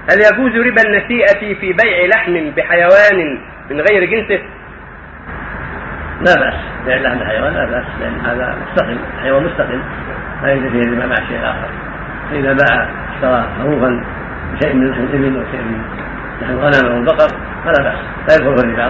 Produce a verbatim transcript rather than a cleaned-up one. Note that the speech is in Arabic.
هل يجوز ربا النسيئة في بيع لحم بحيوان من غير جنسه؟ لا بأس بيع لحم الحيوان، لا بأس، لأن هذا مستقل، حيوان مستقل لا يجوز فيه الربا مع شيء آخر. فإذا باع اشترى خروفا بشيء من لحم الإبل أو شيء من لحم الغنم أو البقر فلا بأس، لا يدخل في الربا.